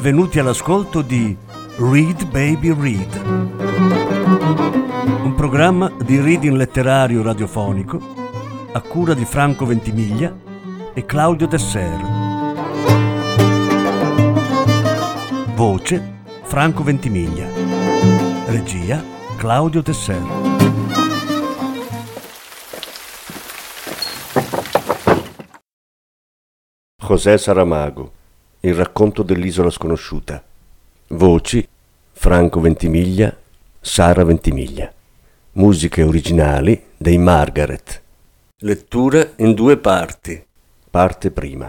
benvenuti all'ascolto di Read Baby Read, un programma di reading letterario radiofonico a cura di Franco Ventimiglia e Claudio Desser. Voce Franco Ventimiglia. Regia Claudio Desser. José Saramago, il racconto dell'isola sconosciuta. Voci Franco Ventimiglia, Sara Ventimiglia. Musiche originali dei Margaret. Lettura in 2 parti. Parte prima.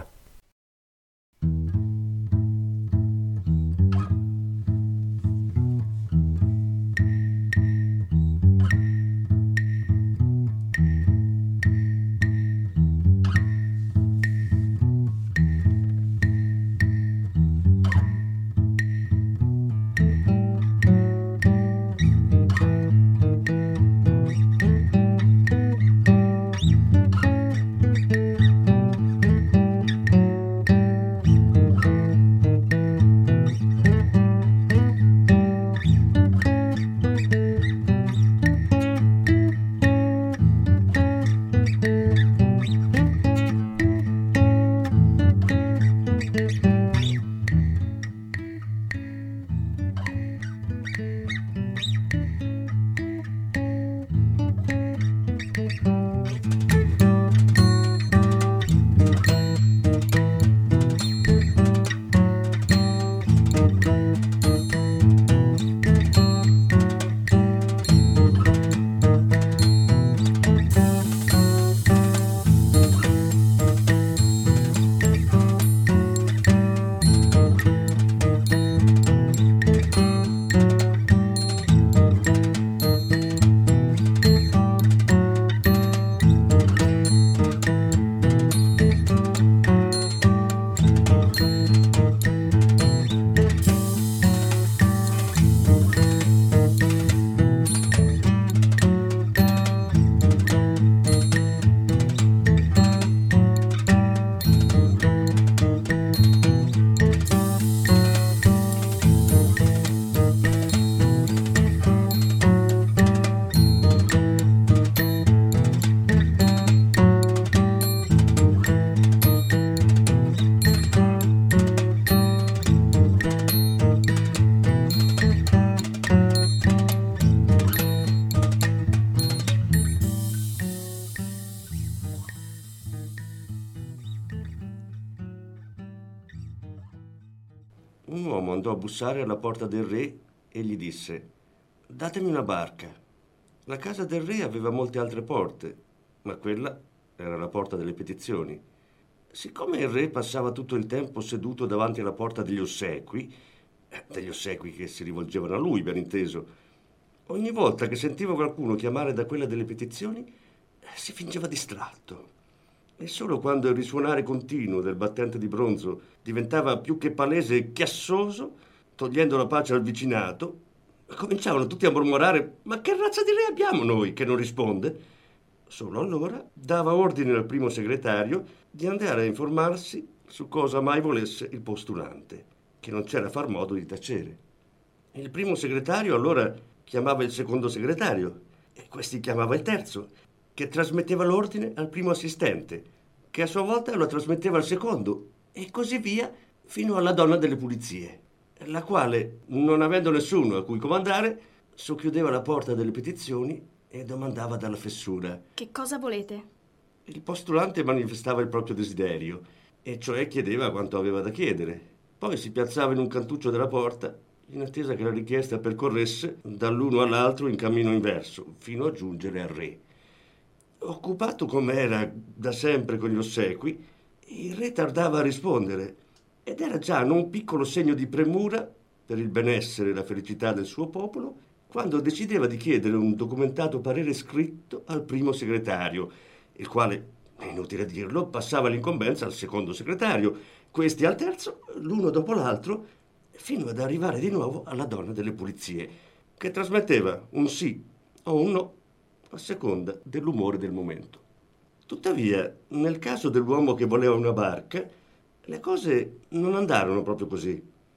Un uomo andò a bussare alla porta del re e gli disse: «Datemi una barca». La casa del re aveva molte altre porte, ma quella era la porta delle petizioni. Siccome il re passava tutto il tempo seduto davanti alla porta degli ossequi che si rivolgevano a lui, ben inteso, ogni volta che sentiva qualcuno chiamare da quella delle petizioni, si fingeva distratto. E solo quando il risuonare continuo del battente di bronzo diventava più che palese e chiassoso, togliendo la pace al vicinato, cominciavano tutti a mormorare: «Ma che razza di re abbiamo noi che non risponde?» Solo allora dava ordine al primo segretario di andare a informarsi su cosa mai volesse il postulante, che non c'era far modo di tacere. Il primo segretario allora chiamava il secondo segretario e questi chiamava il terzo, che trasmetteva l'ordine al primo assistente, che a sua volta lo trasmetteva al secondo, e così via fino alla donna delle pulizie, la quale, non avendo nessuno a cui comandare, socchiudeva la porta delle petizioni e domandava dalla fessura: «Che cosa volete?» Il postulante manifestava il proprio desiderio, e cioè chiedeva quanto aveva da chiedere. Poi si piazzava in un cantuccio della porta, in attesa che la richiesta percorresse dall'uno all'altro in cammino inverso, fino a giungere al re. Occupato com'era da sempre con gli ossequi, il re tardava a rispondere, ed era già un piccolo segno di premura per il benessere e la felicità del suo popolo quando decideva di chiedere un documentato parere scritto al primo segretario, il quale, è inutile dirlo, passava l'incombenza al secondo segretario, questi al terzo, l'uno dopo l'altro, fino ad arrivare di nuovo alla donna delle pulizie, che trasmetteva un sì o un no a seconda dell'umore del momento. Tuttavia, nel caso dell'uomo che voleva una barca, le cose non andarono proprio così.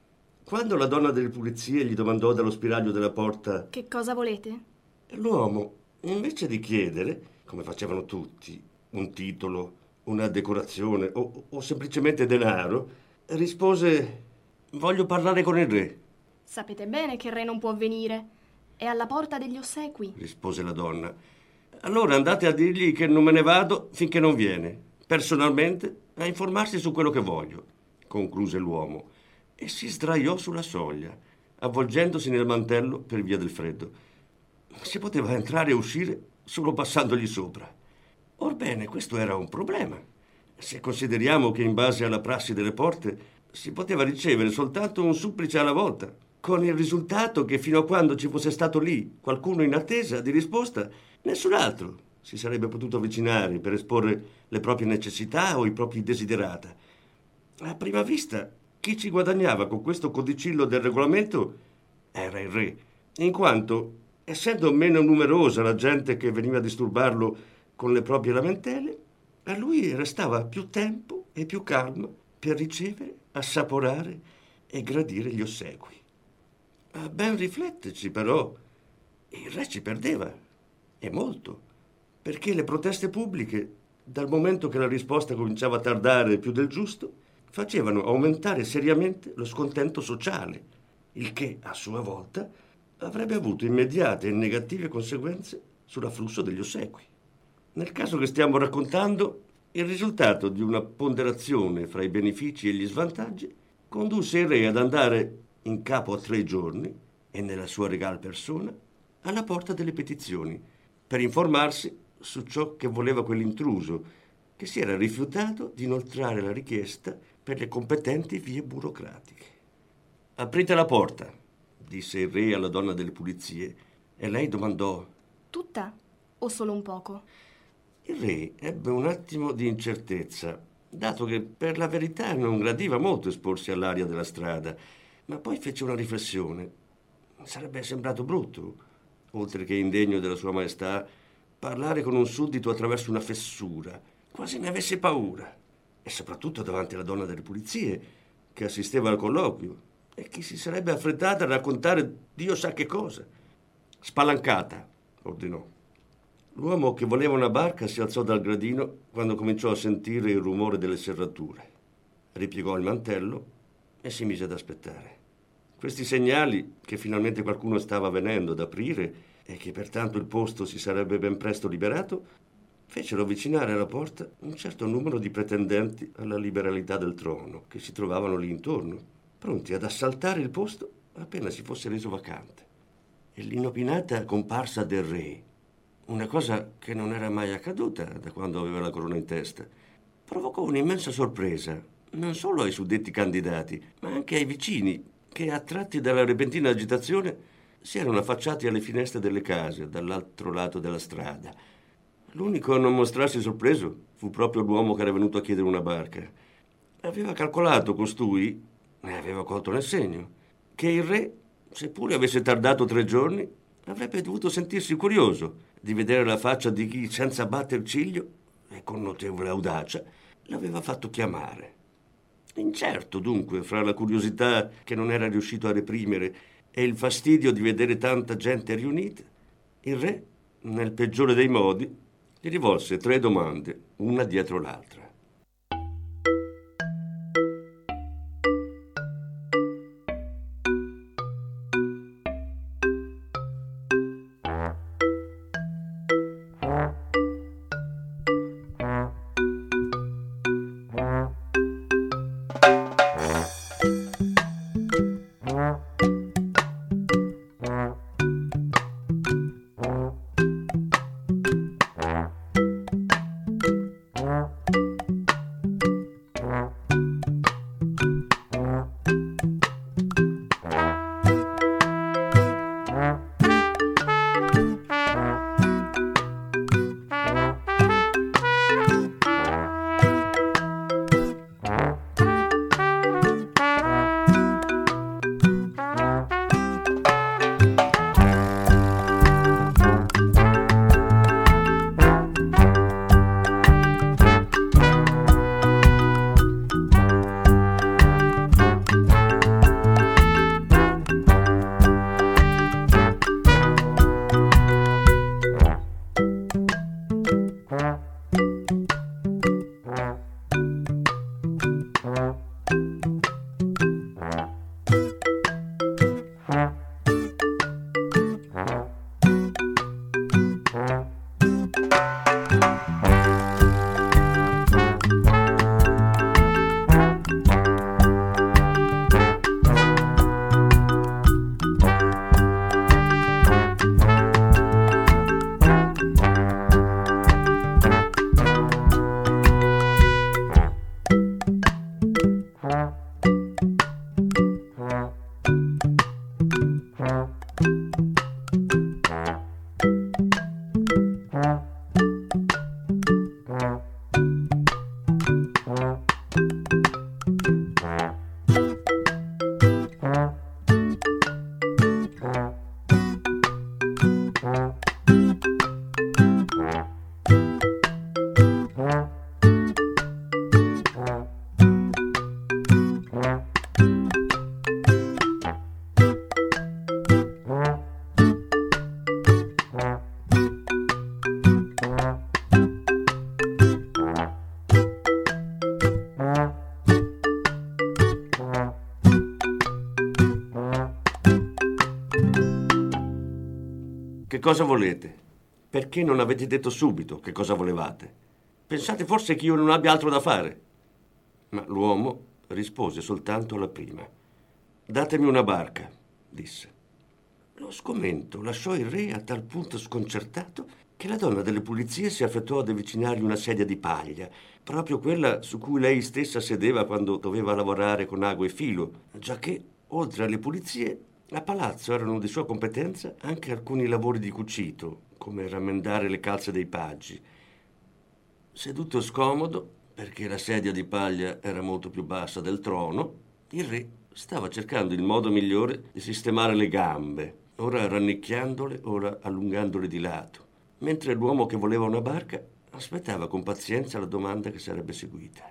Quando la donna delle pulizie gli domandò dallo spiraglio della porta Che cosa volete? l'uomo, invece di chiedere, come facevano tutti, un titolo, una decorazione o semplicemente denaro, rispose: voglio parlare con il re. Sapete bene che il re non può venire. È alla porta degli ossequi. Rispose la donna. Allora andate a dirgli che non me ne vado finché non viene, personalmente, a informarsi su quello che voglio, concluse l'uomo, e si sdraiò sulla soglia, avvolgendosi nel mantello per via del freddo. Si poteva entrare e uscire solo passandogli sopra. Orbene, questo era un problema, se consideriamo che in base alla prassi delle porte si poteva ricevere soltanto un supplice alla volta, con il risultato che fino a quando ci fosse stato lì qualcuno in attesa di risposta, nessun altro si sarebbe potuto avvicinare per esporre le proprie necessità o i propri desiderata. A prima vista, chi ci guadagnava con questo codicillo del regolamento era il re, in quanto, essendo meno numerosa la gente che veniva a disturbarlo con le proprie lamentele, a lui restava più tempo e più calma per ricevere, assaporare e gradire gli ossequi. A ben rifletterci, però, il re ci perdeva, e molto, perché le proteste pubbliche, dal momento che la risposta cominciava a tardare più del giusto, facevano aumentare seriamente lo scontento sociale, il che, a sua volta, avrebbe avuto immediate e negative conseguenze sull'afflusso degli ossequi. Nel caso che stiamo raccontando, il risultato di una ponderazione fra i benefici e gli svantaggi condusse il re ad andare in capo a 3 giorni e nella sua regal persona alla porta delle petizioni per informarsi su ciò che voleva quell'intruso che si era rifiutato di inoltrare la richiesta per le competenti vie burocratiche. Aprite la porta, disse il re alla donna delle pulizie, e lei domandò: Tutta o solo un poco? il re ebbe un attimo di incertezza, dato che per la verità non gradiva molto esporsi all'aria della strada, ma poi fece una riflessione. Sarebbe sembrato brutto, oltre che indegno della sua maestà, parlare con un suddito attraverso una fessura, quasi ne avesse paura, e soprattutto davanti alla donna delle pulizie, che assisteva al colloquio, e che si sarebbe affrettata a raccontare Dio sa che cosa. Spalancata, ordinò. L'uomo che voleva una barca si alzò dal gradino quando cominciò a sentire il rumore delle serrature. Ripiegò il mantello e si mise ad aspettare. Questi segnali che finalmente qualcuno stava venendo ad aprire e che pertanto il posto si sarebbe ben presto liberato, fecero avvicinare alla porta un certo numero di pretendenti alla liberalità del trono che si trovavano lì intorno, pronti ad assaltare il posto appena si fosse reso vacante. E l'inopinata comparsa del re, una cosa che non era mai accaduta da quando aveva la corona in testa, provocò un'immensa sorpresa, non solo ai suddetti candidati, ma anche ai vicini, che, attratti dalla repentina agitazione, si erano affacciati alle finestre delle case dall'altro lato della strada. L'unico a non mostrarsi sorpreso fu proprio l'uomo che era venuto a chiedere una barca. Aveva calcolato costui, ne aveva colto nel segno, che il re, seppure avesse tardato 3 giorni, avrebbe dovuto sentirsi curioso di vedere la faccia di chi, senza batter ciglio e con notevole audacia, l'aveva fatto chiamare. Incerto, dunque, fra la curiosità che non era riuscito a reprimere e il fastidio di vedere tanta gente riunita, il re, nel peggiore dei modi, gli rivolse 3 domande, una dietro l'altra. che cosa volete? Perché non avete detto subito che cosa volevate? Pensate forse che io non abbia altro da fare? Ma l'uomo rispose soltanto alla prima. Datemi una barca, disse. Lo sgomento lasciò il re a tal punto sconcertato che la donna delle pulizie si affrettò ad avvicinargli una sedia di paglia, proprio quella su cui lei stessa sedeva quando doveva lavorare con ago e filo, giacché, oltre alle pulizie, a palazzo erano di sua competenza anche alcuni lavori di cucito, come rammendare le calze dei paggi. Seduto scomodo, perché la sedia di paglia era molto più bassa del trono, il re stava cercando il modo migliore di sistemare le gambe, ora rannicchiandole, ora allungandole di lato, mentre l'uomo che voleva una barca aspettava con pazienza la domanda che sarebbe seguita.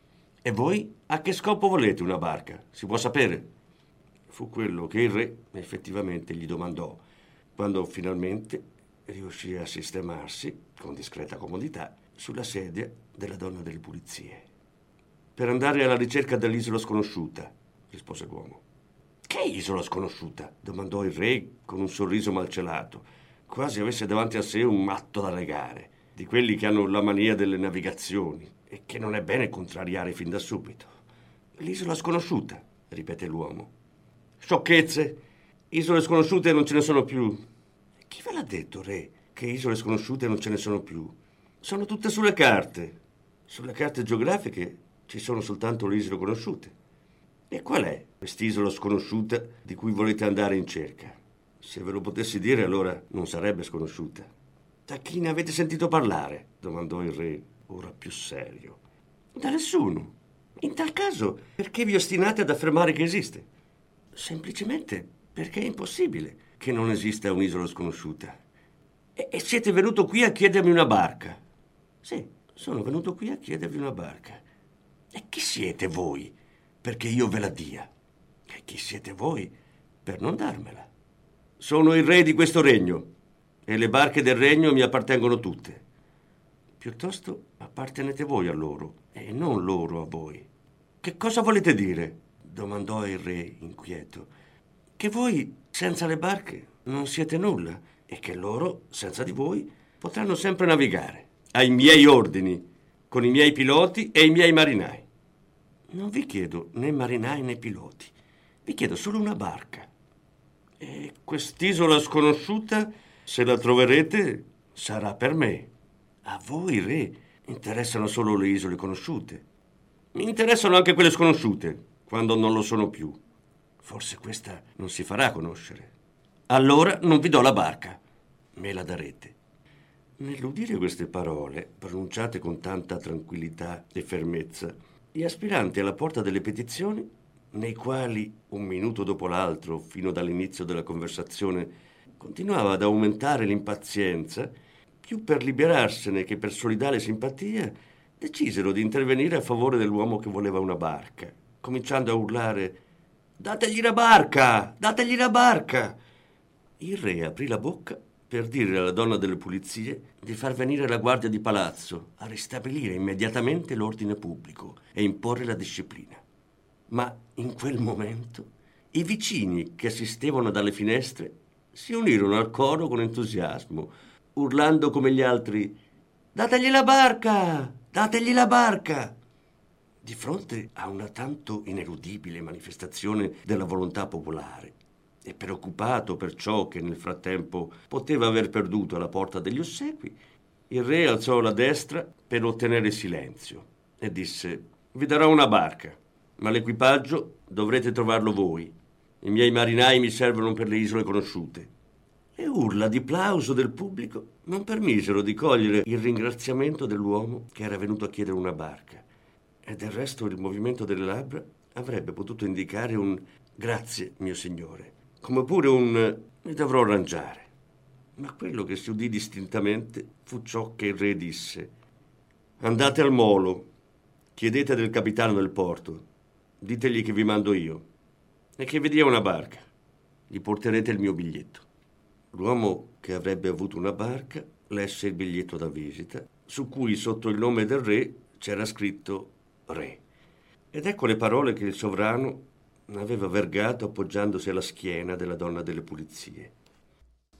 E voi a che scopo volete una barca? Si può sapere? Fu quello che il re effettivamente gli domandò, quando finalmente riuscì a sistemarsi, con discreta comodità, sulla sedia della donna delle pulizie. Per andare alla ricerca dell'isola sconosciuta, rispose l'uomo. Che isola sconosciuta? Domandò il re con un sorriso malcelato, quasi avesse davanti a sé un matto da legare, di quelli che hanno la mania delle navigazioni e che non è bene contrariare fin da subito. L'isola sconosciuta, ripete l'uomo. Sciocchezze! Isole sconosciute non ce ne sono più. Chi ve l'ha detto, re, che isole sconosciute non ce ne sono più? Sono tutte sulle carte. Sulle carte geografiche ci sono soltanto le isole conosciute. E qual è quest'isola sconosciuta di cui volete andare in cerca? Se ve lo potessi dire, allora non sarebbe sconosciuta. Da chi ne avete sentito parlare? Domandò il re, ora più serio. Da nessuno. In tal caso, perché vi ostinate ad affermare che esiste? Semplicemente perché è impossibile che non esista un'isola sconosciuta. E siete venuto qui a chiedermi una barca? Sì, sono venuto qui a chiedervi una barca. E chi siete voi perché io ve la dia? E chi siete voi per non darmela? Sono il re di questo regno e le barche del regno mi appartengono tutte. Piuttosto appartenete voi a loro e non loro a voi. Che cosa volete dire? Domandò il re inquieto. Che voi senza le barche non siete nulla e che loro senza di voi potranno sempre navigare ai miei ordini, con i miei piloti e i miei marinai. Non vi chiedo né marinai né piloti, vi chiedo solo una barca. E quest'isola sconosciuta, se la troverete, sarà per me. A voi, re, interessano solo le isole conosciute. Mi interessano anche quelle sconosciute, quando non lo sono più. Forse questa non si farà conoscere. Allora non vi do la barca, me la darete. Nell'udire queste parole, pronunciate con tanta tranquillità e fermezza, gli aspiranti alla porta delle petizioni, nei quali, un minuto dopo l'altro, fino dall'inizio della conversazione, continuava ad aumentare l'impazienza, più per liberarsene che per solidale simpatia, decisero di intervenire a favore dell'uomo che voleva una barca, cominciando a urlare «Dategli la barca! Dategli la barca!». Il re aprì la bocca per dire alla donna delle pulizie di far venire la guardia di palazzo a ristabilire immediatamente l'ordine pubblico e imporre la disciplina. Ma in quel momento i vicini che assistevano dalle finestre si unirono al coro con entusiasmo, urlando come gli altri «Dategli la barca! Dategli la barca!». Di fronte a una tanto ineludibile manifestazione della volontà popolare, e preoccupato per ciò che nel frattempo poteva aver perduto alla porta degli ossequi, il re alzò la destra per ottenere silenzio e disse: «Vi darò una barca, ma l'equipaggio dovrete trovarlo voi. I miei marinai mi servono per le isole conosciute». Le urla di plauso del pubblico non permisero di cogliere il ringraziamento dell'uomo che era venuto a chiedere una barca, e del resto il movimento delle labbra avrebbe potuto indicare un «grazie, mio signore», come pure un «mi dovrò arrangiare». Ma quello che si udì distintamente fu ciò che il re disse: «Andate al molo, chiedete del capitano del porto, ditegli che vi mando io e che vi dia una barca, gli porterete il mio biglietto». L'uomo che avrebbe avuto una barca lesse il biglietto da visita, su cui sotto il nome del re c'era scritto «Re». Ed ecco le parole che il sovrano aveva vergato appoggiandosi alla schiena della donna delle pulizie.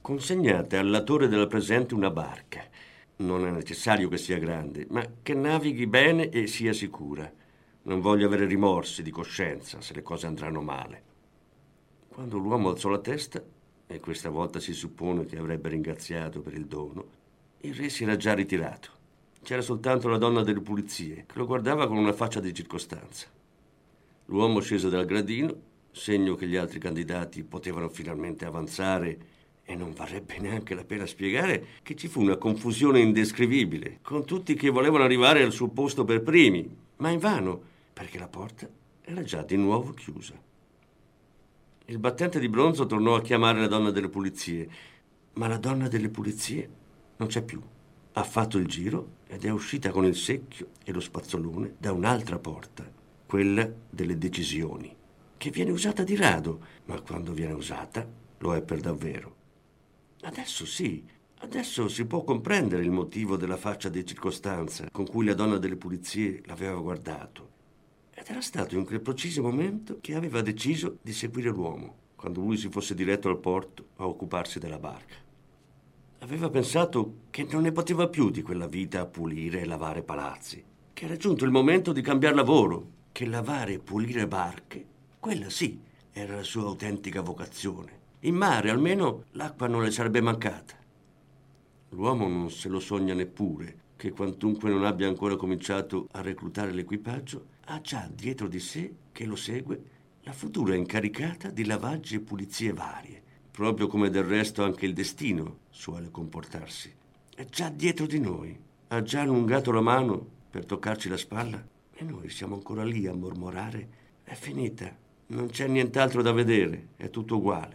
consegnate al latore della presente una barca. Non è necessario che sia grande, ma che navighi bene e sia sicura. Non voglio avere rimorsi di coscienza se le cose andranno male. Quando l'uomo alzò la testa, e questa volta si suppone che avrebbe ringraziato per il dono, il re si era già ritirato. C'era soltanto la donna delle pulizie, che lo guardava con una faccia di circostanza. L'uomo scese dal gradino, segno che gli altri candidati potevano finalmente avanzare, e non varrebbe neanche la pena spiegare che ci fu una confusione indescrivibile, con tutti che volevano arrivare al suo posto per primi, ma invano, perché la porta era già di nuovo chiusa. Il battente di bronzo tornò a chiamare la donna delle pulizie, ma la donna delle pulizie non c'è più. Ha fatto il giro ed è uscita con il secchio e lo spazzolone da un'altra porta, quella delle decisioni, che viene usata di rado, ma quando viene usata lo è per davvero. Adesso sì, adesso si può comprendere il motivo della faccia di circostanza con cui la donna delle pulizie l'aveva guardato. Ed era stato in quel preciso momento che aveva deciso di seguire l'uomo, quando lui si fosse diretto al porto a occuparsi della barca. Aveva pensato che non ne poteva più di quella vita a pulire e lavare palazzi, che era giunto il momento di cambiare lavoro, che lavare e pulire barche, quella sì, era la sua autentica vocazione. In mare, almeno, l'acqua non le sarebbe mancata. L'uomo non se lo sogna neppure che quantunque non abbia ancora cominciato a reclutare l'equipaggio, ha già dietro di sé, che lo segue, la futura incaricata di lavaggi e pulizie varie, proprio come del resto anche il destino suole comportarsi. È già dietro di noi, ha già allungato la mano per toccarci la spalla e noi siamo ancora lì a mormorare: è finita, non c'è nient'altro da vedere, è tutto uguale.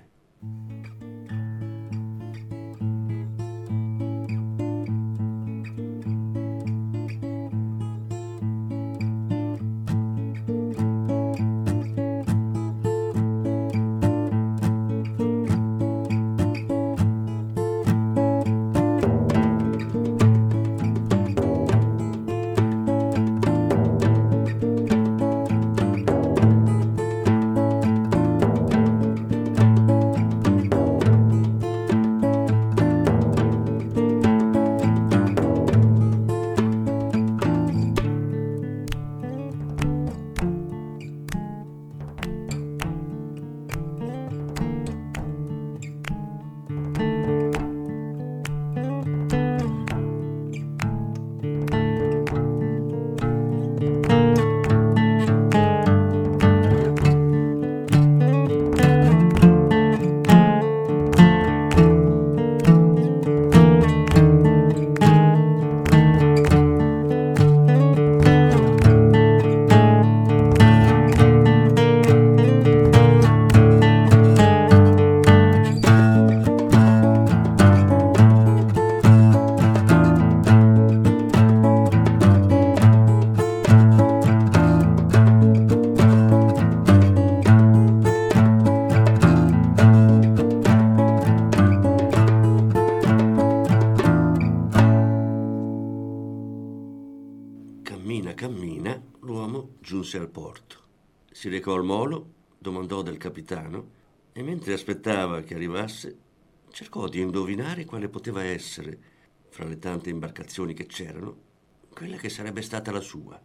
Cammina, l'uomo giunse al porto. Si recò al molo, domandò del capitano e mentre aspettava che arrivasse cercò di indovinare quale poteva essere, fra le tante imbarcazioni che c'erano, quella che sarebbe stata la sua.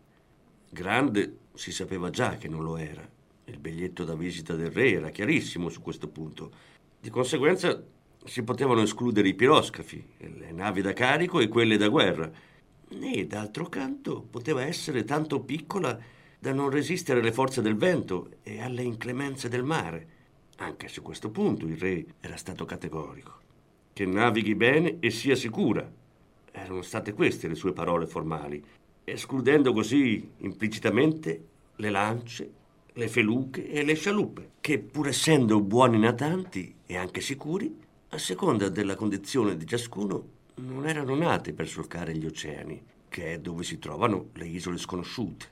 Grande si sapeva già che non lo era. Il biglietto da visita del re era chiarissimo su questo punto. Di conseguenza si potevano escludere i piroscafi, le navi da carico e quelle da guerra. Né, d'altro canto, poteva essere tanto piccola da non resistere alle forze del vento e alle inclemenze del mare. Anche su questo punto il re era stato categorico. Che navighi bene e sia sicura. Erano state queste le sue parole formali, escludendo così implicitamente le lance, le feluche e le scialuppe, che pur essendo buoni natanti e anche sicuri, a seconda della condizione di ciascuno, non erano nate per solcare gli oceani, che è dove si trovano le isole sconosciute.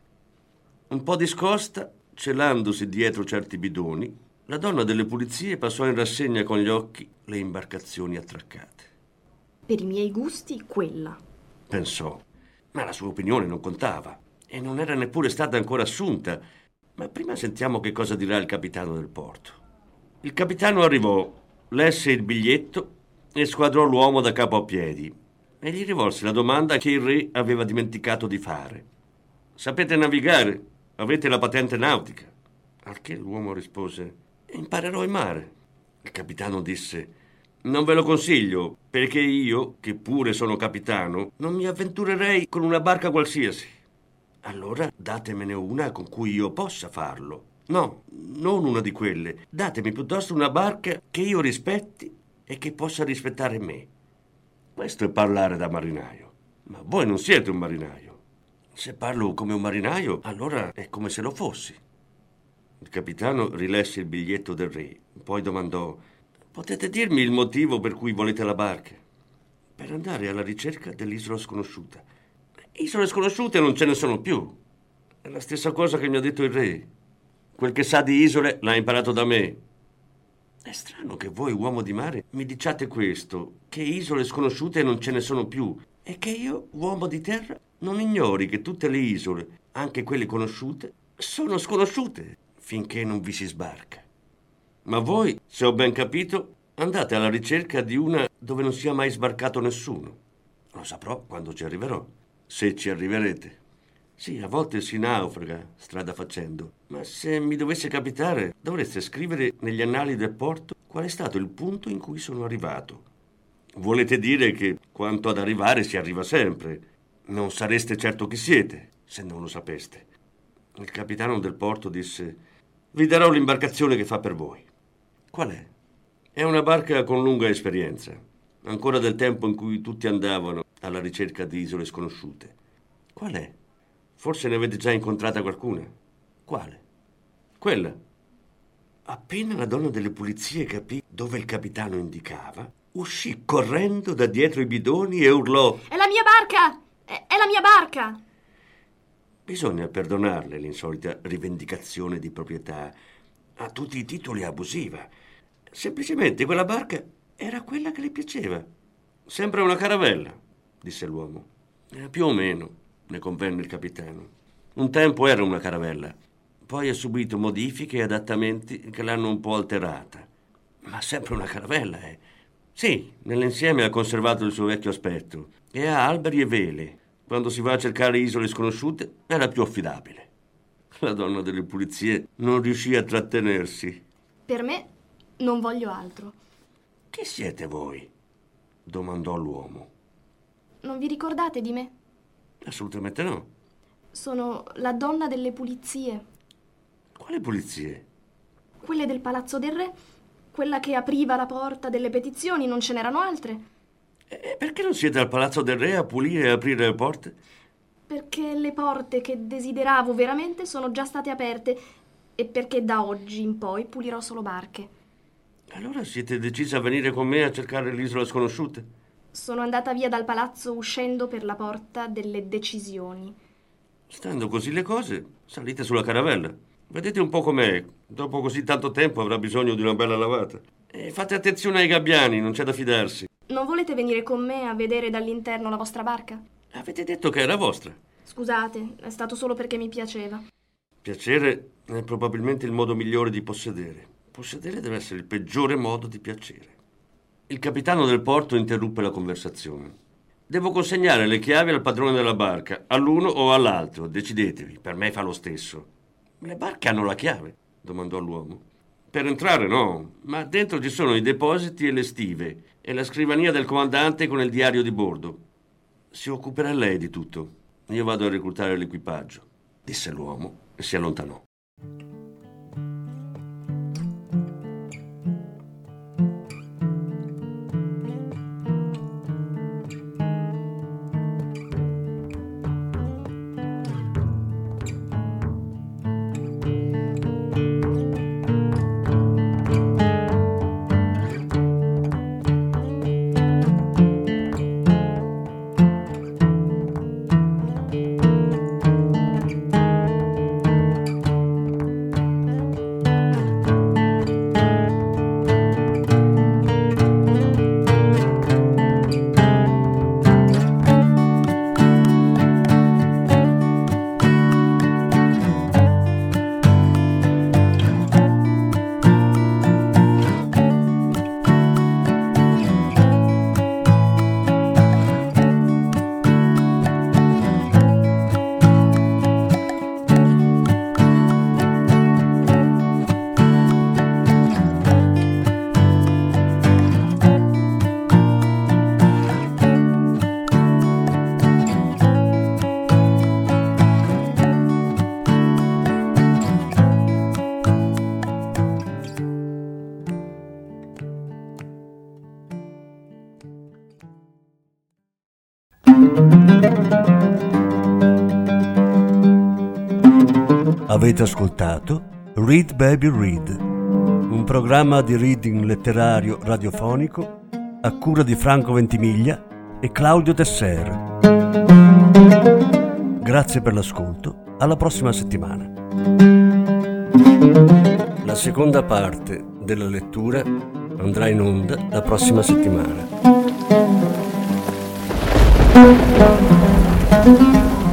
Un po' discosta, celandosi dietro certi bidoni, la donna delle pulizie passò in rassegna con gli occhi le imbarcazioni attraccate. Per i miei gusti, quella. Pensò, ma la sua opinione non contava e non era neppure stata ancora assunta. Ma prima sentiamo che cosa dirà il capitano del porto. Il capitano arrivò, lesse il biglietto e squadrò l'uomo da capo a piedi e gli rivolse la domanda che il re aveva dimenticato di fare. «Sapete navigare? Avete la patente nautica?» Al che l'uomo rispose: «Imparerò in mare». Il capitano disse: «Non ve lo consiglio, perché io, che pure sono capitano, non mi avventurerei con una barca qualsiasi». «Allora datemene una con cui io possa farlo». «No, non una di quelle. Datemi piuttosto una barca che io rispetti e che possa rispettare me». Questo è parlare da marinaio. Ma voi non siete un marinaio. Se parlo come un marinaio, allora è come se lo fossi. Il capitano rilesse il biglietto del re, poi domandò: «Potete dirmi il motivo per cui volete la barca?» «Per andare alla ricerca dell'isola sconosciuta». «Isole sconosciute non ce ne sono più. È la stessa cosa che mi ha detto il re. Quel che sa di isole l'ha imparato da me». «È strano che voi, uomo di mare, mi diciate questo, che isole sconosciute non ce ne sono più, e che io, uomo di terra, non ignori che tutte le isole, anche quelle conosciute, sono sconosciute finché non vi si sbarca. Ma voi, se ho ben capito, andate alla ricerca di una dove non sia mai sbarcato nessuno. Lo saprò quando ci arriverò, se ci arriverete. Sì, a volte si naufraga strada facendo, ma se mi dovesse capitare, dovreste scrivere negli annali del porto qual è stato il punto in cui sono arrivato. Volete dire che quanto ad arrivare si arriva sempre. Non sareste certo chi siete, se non lo sapeste». Il capitano del porto disse: «Vi darò l'imbarcazione che fa per voi». «Qual è?» «È una barca con lunga esperienza, ancora del tempo in cui tutti andavano alla ricerca di isole sconosciute». «Qual è? Forse ne avete già incontrata qualcuna». «Quale?» «Quella». Appena la donna delle pulizie capì dove il capitano indicava, uscì correndo da dietro i bidoni e urlò: «È la mia barca! È la mia barca!» Bisogna perdonarle l'insolita rivendicazione di proprietà. A tutti i titoli è abusiva. Semplicemente quella barca era quella che le piaceva. «Sembra una caravella», disse l'uomo. «Più o meno», ne convenne il capitano. «Un tempo era una caravella, poi ha subito modifiche e adattamenti che l'hanno un po' alterata. Ma sempre una caravella, eh? Sì, nell'insieme ha conservato il suo vecchio aspetto e ha alberi e vele. Quando si va a cercare isole sconosciute è la più affidabile». La donna delle pulizie non riuscì a trattenersi. «Per me non voglio altro». «Chi siete voi?» domandò l'uomo. «Non vi ricordate di me? Assolutamente no». Sono la donna delle pulizie. «Quali pulizie?» Quelle del Palazzo del Re, quella che apriva la porta delle petizioni, non ce n'erano altre. E perché non siete al Palazzo del Re a pulire e aprire le porte?» Perché le porte che desideravo veramente sono già state aperte e perché da oggi in poi pulirò solo barche. «Allora siete decisa a venire con me a cercare l'isola sconosciuta?» Sono andata via dal palazzo uscendo per la porta delle decisioni. «Stando così le cose, salite sulla caravella. Vedete un po' com'è. Dopo così tanto tempo avrà bisogno di una bella lavata. E fate attenzione ai gabbiani, non c'è da fidarsi». Non volete venire con me a vedere dall'interno la vostra barca? «Avete detto che era vostra». Scusate, è stato solo perché mi piaceva. Piacere è probabilmente il modo migliore di possedere. Possedere deve essere il peggiore modo di piacere. Il capitano del porto interruppe la conversazione. «Devo consegnare le chiavi al padrone della barca, all'uno o all'altro, decidetevi, per me fa lo stesso». «Le barche hanno la chiave?» domandò l'uomo. «Per entrare no, ma dentro ci sono i depositi e le stive e la scrivania del comandante con il diario di bordo. Si occuperà lei di tutto. Io vado a reclutare l'equipaggio», disse l'uomo e si allontanò. Avete ascoltato Read Baby Read, un programma di reading letterario radiofonico a cura di Franco Ventimiglia e Claudio Tesser. Grazie per l'ascolto, alla prossima settimana. La seconda parte della lettura andrà in onda la prossima settimana.